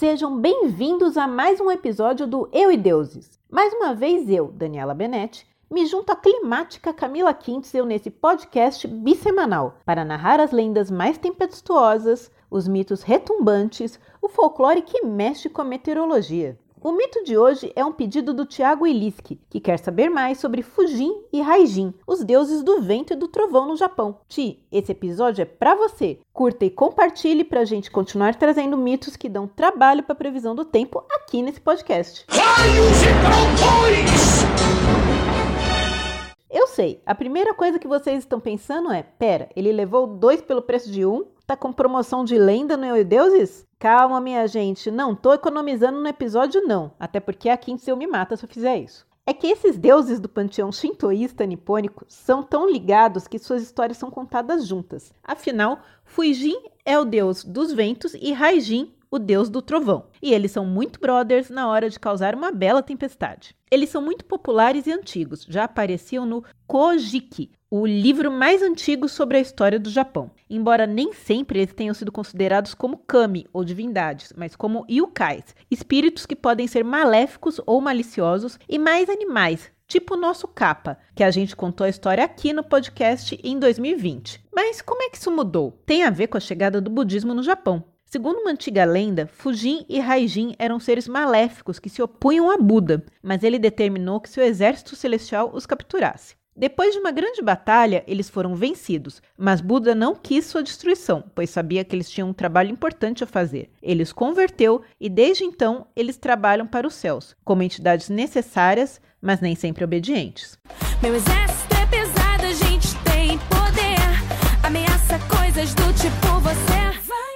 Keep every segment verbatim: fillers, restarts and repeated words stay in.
Sejam bem-vindos a mais um episódio do Eu e Deuses. Mais uma vez eu, Daniela Benetti, me junto à climática Camila Kintzel nesse podcast bissemanal para narrar as lendas mais tempestuosas, os mitos retumbantes, o folclore que mexe com a meteorologia. O mito de hoje é um pedido do Thiago Iliski, que quer saber mais sobre Fujin e Raijin, os deuses do vento e do trovão no Japão. Ti, esse episódio é pra você. Curta e compartilhe pra gente continuar trazendo mitos que dão trabalho pra previsão do tempo aqui nesse podcast. Raios e trovões! Eu sei, a primeira coisa que vocês estão pensando é, pera, ele levou dois pelo preço de um? Tá com promoção de lenda no Eu e Deuses? Calma, minha gente, não tô economizando no episódio não, até porque a Kintzel me mata se eu fizer isso. É que esses deuses do panteão shintoísta nipônico são tão ligados que suas histórias são contadas juntas. Afinal, Fujin é o deus dos ventos e Raijin o deus do trovão. E eles são muito brothers na hora de causar uma bela tempestade. Eles são muito populares e antigos, já apareciam no Kojiki, o livro mais antigo sobre a história do Japão. Embora nem sempre eles tenham sido considerados como kami, ou divindades, mas como yukais, espíritos que podem ser maléficos ou maliciosos, e mais animais, tipo o nosso Kappa, que a gente contou a história aqui no podcast em dois mil e vinte. Mas como é que isso mudou? Tem a ver com a chegada do budismo no Japão. Segundo uma antiga lenda, Fujin e Raijin eram seres maléficos que se opunham a Buda, mas ele determinou que seu exército celestial os capturasse. Depois de uma grande batalha, eles foram vencidos, mas Buda não quis sua destruição, pois sabia que eles tinham um trabalho importante a fazer. Ele os converteu e desde então eles trabalham para os céus, como entidades necessárias, mas nem sempre obedientes. Meu exército é pesado, a gente tem poder, ameaça coisas do tipo você.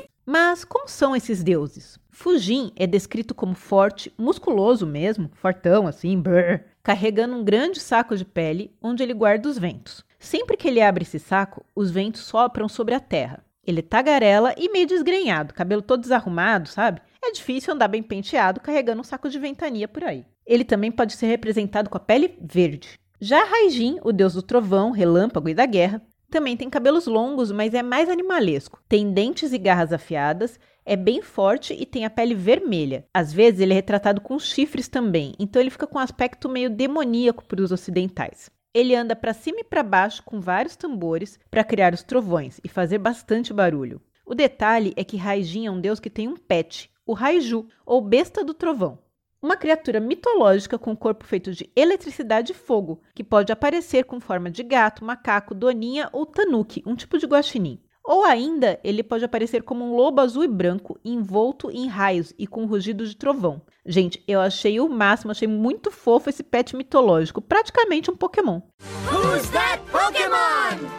Mas como são esses deuses? Fujin é descrito como forte, musculoso mesmo, fortão assim, brrr, carregando um grande saco de pele onde ele guarda os ventos. Sempre que ele abre esse saco, os ventos sopram sobre a terra. Ele é tagarela e meio desgrenhado, cabelo todo desarrumado, sabe? É difícil andar bem penteado carregando um saco de ventania por aí. Ele também pode ser representado com a pele verde. Já Raijin, o deus do trovão, relâmpago e da guerra, também tem cabelos longos, mas é mais animalesco. Tem dentes e garras afiadas, é bem forte e tem a pele vermelha. Às vezes ele é retratado com chifres também, então ele fica com um aspecto meio demoníaco para os ocidentais. Ele anda para cima e para baixo com vários tambores para criar os trovões e fazer bastante barulho. O detalhe é que Raijin é um deus que tem um pet, o Raiju, ou besta do trovão. Uma criatura mitológica com corpo feito de eletricidade e fogo, que pode aparecer com forma de gato, macaco, doninha ou tanuki, um tipo de guaxinim. Ou ainda, ele pode aparecer como um lobo azul e branco, envolto em raios e com rugido de trovão. Gente, eu achei o máximo, achei muito fofo esse pet mitológico, praticamente um Pokémon. Who's that Pokémon?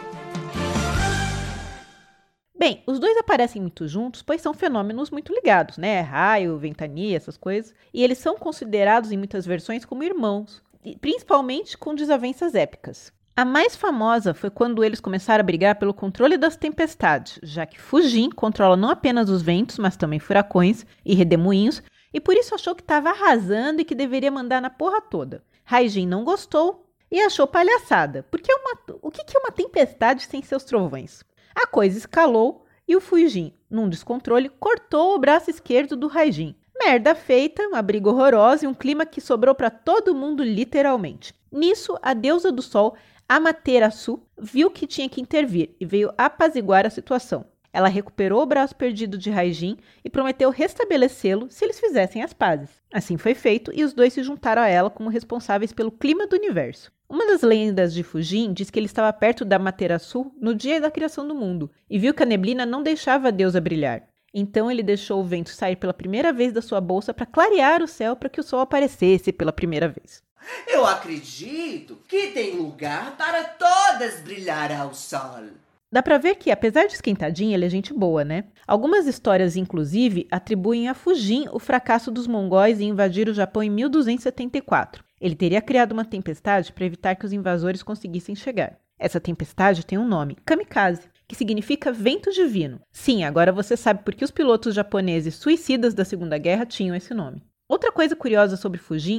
Bem, os dois aparecem muito juntos, pois são fenômenos muito ligados, né? Raio, ventania, essas coisas. E eles são considerados em muitas versões como irmãos, principalmente com desavenças épicas. A mais famosa foi quando eles começaram a brigar pelo controle das tempestades, já que Fujin controla não apenas os ventos, mas também furacões e redemoinhos, e por isso achou que estava arrasando e que deveria mandar na porra toda. Raijin não gostou e achou palhaçada, porque uma, o que é uma tempestade sem seus trovões? A coisa escalou e o Fujin, num descontrole, cortou o braço esquerdo do Raijin. Merda feita, uma briga horrorosa e um clima que sobrou para todo mundo literalmente. Nisso, a deusa do sol, Amaterasu, viu que tinha que intervir e veio apaziguar a situação. Ela recuperou o braço perdido de Raijin e prometeu restabelecê-lo se eles fizessem as pazes. Assim foi feito e os dois se juntaram a ela como responsáveis pelo clima do universo. Uma das lendas de Fujin diz que ele estava perto da Amaterasu no dia da criação do mundo e viu que a neblina não deixava a deusa brilhar. Então ele deixou o vento sair pela primeira vez da sua bolsa para clarear o céu para que o sol aparecesse pela primeira vez. Eu acredito que tem lugar para todas brilhar ao sol. Dá pra ver que, apesar de esquentadinho, ele é gente boa, né? Algumas histórias, inclusive, atribuem a Fujin o fracasso dos mongóis em invadir o Japão em mil duzentos e setenta e quatro. Ele teria criado uma tempestade para evitar que os invasores conseguissem chegar. Essa tempestade tem um nome, kamikaze, que significa vento divino. Sim, agora você sabe por que os pilotos japoneses suicidas da Segunda Guerra tinham esse nome. Outra coisa curiosa sobre Fujin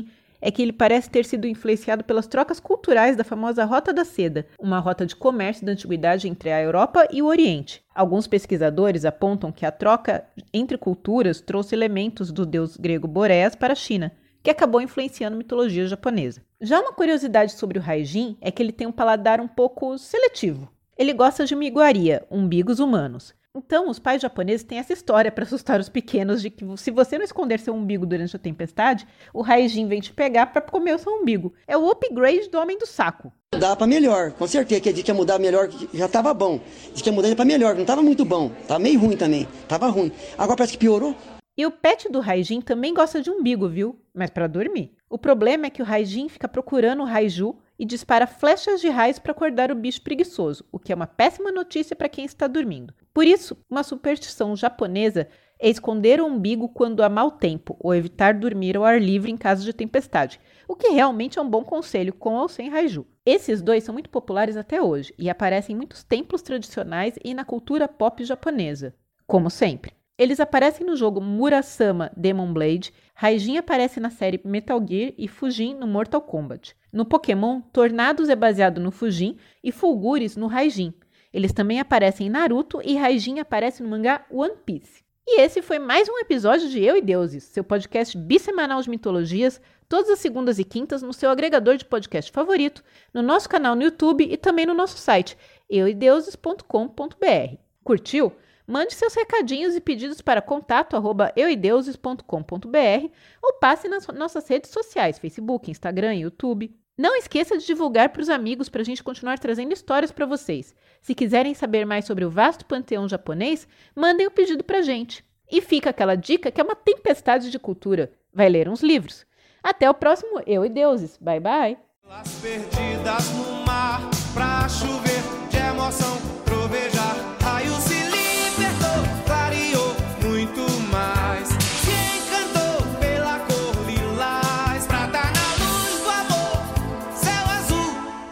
é que ele parece ter sido influenciado pelas trocas culturais da famosa Rota da Seda, uma rota de comércio da antiguidade entre a Europa e o Oriente. Alguns pesquisadores apontam que a troca entre culturas trouxe elementos do deus grego Boreas para a China, que acabou influenciando a mitologia japonesa. Já uma curiosidade sobre o Raijin é que ele tem um paladar um pouco seletivo. Ele gosta de uma iguaria, umbigos humanos. Então, os pais japoneses têm essa história para assustar os pequenos de que se você não esconder seu umbigo durante a tempestade, o Raijin vem te pegar para comer o seu umbigo. É o upgrade do homem do saco. Dá para melhor, com certeza, que a gente ia mudar melhor, já estava bom. Diz que ia mudar para melhor, não estava muito bom, estava meio ruim também, estava ruim. Agora parece que piorou. E o pet do Raijin também gosta de umbigo, viu? Mas para dormir. O problema é que o Raijin fica procurando o Raiju e dispara flechas de raios para acordar o bicho preguiçoso, o que é uma péssima notícia para quem está dormindo. Por isso, uma superstição japonesa é esconder o umbigo quando há mau tempo ou evitar dormir ao ar livre em caso de tempestade, o que realmente é um bom conselho com ou sem Raiju. Esses dois são muito populares até hoje e aparecem em muitos templos tradicionais e na cultura pop japonesa. Como sempre. Eles aparecem no jogo Murasama Demon Blade, Raijin aparece na série Metal Gear e Fujin no Mortal Kombat. No Pokémon, Tornados é baseado no Fujin e Fulguris no Raijin. Eles também aparecem em Naruto e Raijin aparece no mangá One Piece. E esse foi mais um episódio de Eu e Deuses, seu podcast bissemanal de mitologias, todas as segundas e quintas no seu agregador de podcast favorito, no nosso canal no YouTube e também no nosso site eu e deuses ponto com ponto b r. Curtiu? Mande seus recadinhos e pedidos para contato arroba eu e deuses ponto com ponto b r ou passe nas nossas redes sociais, Facebook, Instagram e YouTube. Não esqueça de divulgar para os amigos para a gente continuar trazendo histórias para vocês. Se quiserem saber mais sobre o vasto panteão japonês, mandem o pedido para a gente. E fica aquela dica que é uma tempestade de cultura. Vai ler uns livros. Até o próximo Eu e Deuses. Bye, bye! Perdidas no mar, pra chover.